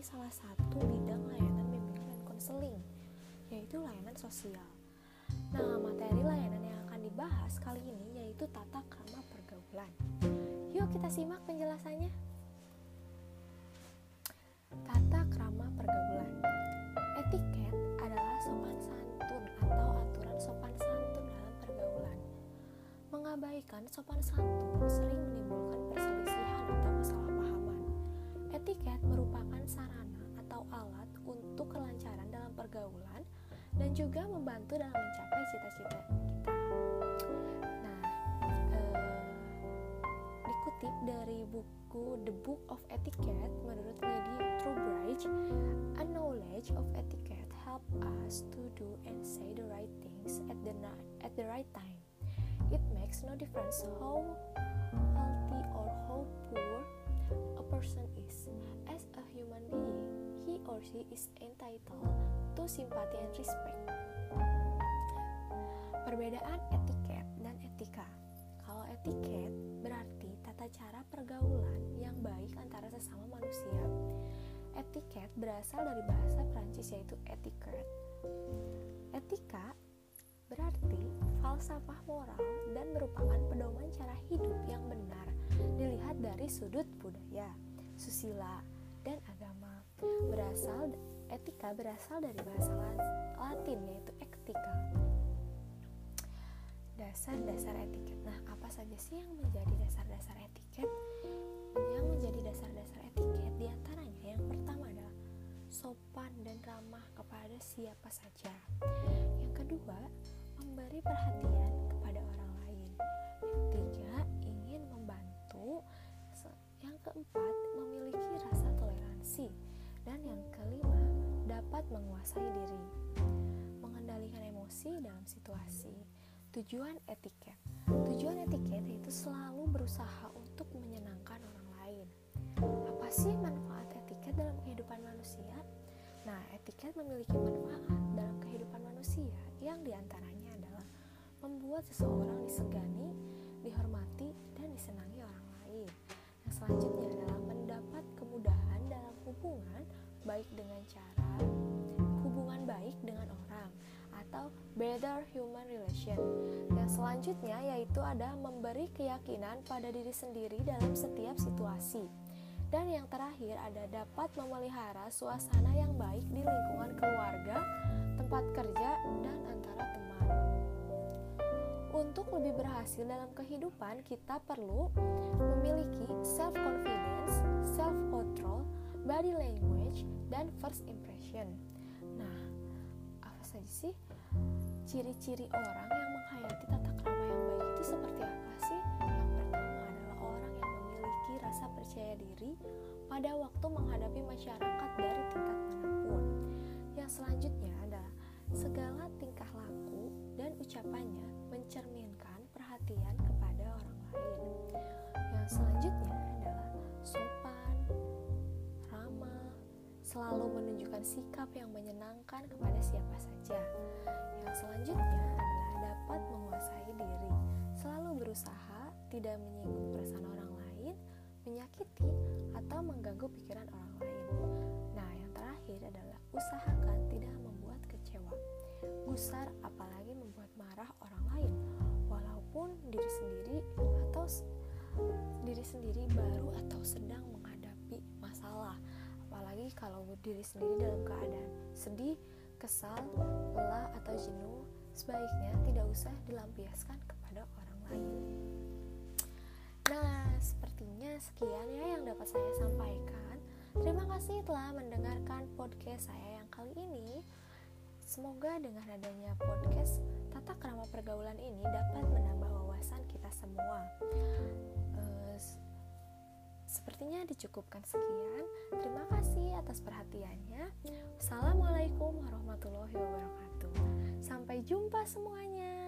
salah satu bidang layanan bimbingan dan konseling, yaitu layanan sosial. Nah, materi layanan yang akan dibahas kali ini yaitu tata krama pergaulan. Yuk kita simak penjelasannya. Tata krama pergaulan. Etiket adalah sopan santun atau aturan sopan santun dalam pergaulan. Mengabaikan sopan santun sering menimbulkan perselisihan atau kesalahpahaman. Etiket merupakan sarana atau alat untuk kelancaran dalam pergaulan dan juga membantu dalam mencapai cita-cita kita. Nah, dikutip dari buku The Book of Etiquette menurut Lady Trowbridge, a knowledge of etiquette help us to do and say the right things at the right time. It makes no difference how wealthy or how poor a person is. As a human being, he or she is entitled to sympathy and respect. Perbedaan etiket dan etika. Kalau etiket berarti tata cara pergaulan yang baik antara sesama manusia. Etiket berasal dari bahasa Prancis yaitu etiquette. Etika berarti falsafah moral dan merupakan pedoman cara hidup yang benar dilihat dari sudut budaya, susila, dan agama. Etika berasal dari bahasa Latin yaitu etika. Dasar-dasar etiket. Nah, apa saja sih yang menjadi dasar-dasar etiket? Yang menjadi dasar-dasar etiket diantaranya yang pertama adalah sopan dan ramah kepada siapa saja. Yang kedua, memberi perhatian kepada orang lain. Yang ketiga, ingin membantu. Yang keempat, memiliki rasa toleransi. Dan yang kelima, dapat menguasai diri. Mengendalikan emosi dalam situasi. Tujuan etiket. Tujuan etiket yaitu selalu berusaha untuk menyenangkan orang lain. Apa sih manfaat etiket dalam kehidupan manusia? Nah, etiket memiliki manfaat dalam kehidupan manusia yang diantaranya adalah membuat seseorang disegani, dihormati, dan disenangi orang lain. Yang selanjutnya adalah mendapat kemudahan dalam hubungan baik dengan orang atau better human relation. Yang selanjutnya yaitu ada memberi keyakinan pada diri sendiri dalam setiap situasi. Dan yang terakhir ada dapat memelihara suasana yang baik di lingkungan keluarga, tempat kerja, dan antara teman. Untuk lebih berhasil dalam kehidupan, kita perlu memiliki self-confidence, self-control, body language, dan first impression. Nah, apa saja sih ciri-ciri orang yang menghayati tata krama yang baik itu seperti apa sih? Yang pertama adalah orang yang memiliki rasa percaya diri pada waktu menghadapi masyarakat dari tingkat manapun. Yang selanjutnya adalah segala tingkah laku dan ucapannya mencerminkan perhatian kepada orang lain. Yang selanjutnya adalah sopan, ramah, selalu menunjukkan sikap yang menyenangkan kepada siapa saja. Yang selanjutnya adalah dapat menguasai diri, selalu berusaha tidak menyinggung perasaan orang lain, menyakiti, atau mengganggu pikiran orang lain. Nah, yang terakhir adalah usahakan tidak membuat kecewa, gusar, apalagi membuat marah orang lain, walaupun diri sendiri baru atau sedang menghadapi masalah. Apalagi kalau diri sendiri dalam keadaan sedih, kesal, lelah, atau jenuh, sebaiknya tidak usah dilampiaskan kepada orang lain. Nah, sepertinya sekian ya yang dapat saya sampaikan. Terima kasih telah mendengarkan podcast saya yang kali ini. Semoga dengan adanya podcast Tata Krama Pergaulan ini dapat menambah wawasan kita semua. Sepertinya dicukupkan sekian. Terima kasih atas perhatiannya. Assalamualaikum warahmatullahi wabarakatuh. Sampai jumpa semuanya.